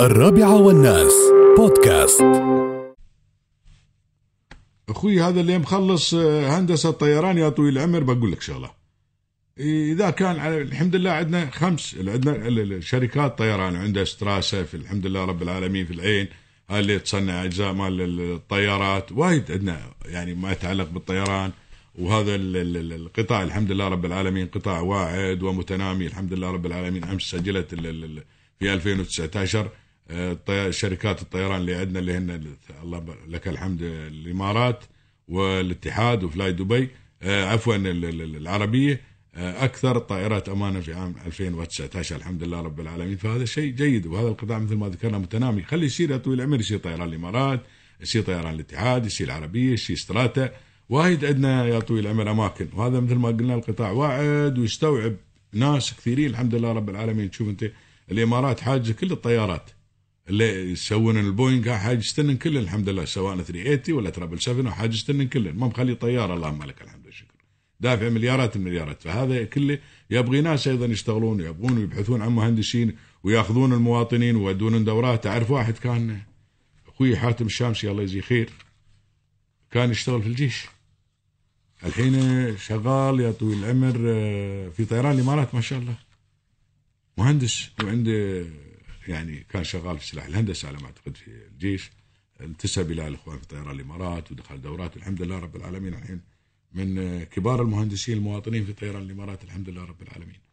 الرابعة والناس بودكاست. أخوي هذا اللي مخلص هندسة طيران يا طويل العمر، بقول لك شغلة. إذا كان الحمد لله عندنا عندنا شركات طيران، عندها ستراسة في الحمد لله رب العالمين في العين، هاي اللي تصنع أجزاء مال الطيارات، وايد عندنا يعني ما يتعلق بالطيران. وهذا القطاع الحمد لله رب العالمين قطاع واعد ومتنامي الحمد لله رب العالمين. أمس سجلت في 2019 شركات الطيران اللي عندنا اللي هن الله لك الحمد الإمارات والاتحاد وفلاي دبي، عفوا العربية، أكثر طائرات أمانة في عام 2019 الحمد لله رب العالمين. فهذا شيء جيد، وهذا القطاع مثل ما ذكرنا متنامي. خلي يصير يا طويل العمر، يصير طيران الإمارات، يصير طيران الاتحاد، يصير العربية، يصير ستراتا. وايد عندنا يا طويل العمر أماكن، وهذا مثل ما قلنا القطاع واعد ويستوعب ناس كثيرين الحمد لله رب العالمين. تشوف أنت الإمارات حاجة كل الطيارات اللي يسوون البوينغ، حاجة يستنن كل الحمد لله، سواء 380 ولا 777 حاجة يستنن كل، ما مخلي طيارة اللهم لك الحمد والشكر، دافع مليارات المليارات. فهذا كله يبغي ناس أيضا يشتغلون ويبغون ويبحثون عن مهندسين ويأخذون المواطنين ويودون دورات. تعرف واحد كان أخوي حاتم الشامسي الله يجزيه خير، كان يشتغل في الجيش، الحين شغال يا طويل العمر في طيران الإمارات ما شاء الله، مهندس، وعنده يعني كان شغال في سلاح الهندسة على ما أعتقد في الجيش، انتسب إلى الإخوان في طيران الإمارات ودخل دورات والحمد لله رب العالمين. الحين من كبار المهندسين المواطنين في طيران الإمارات الحمد لله رب العالمين.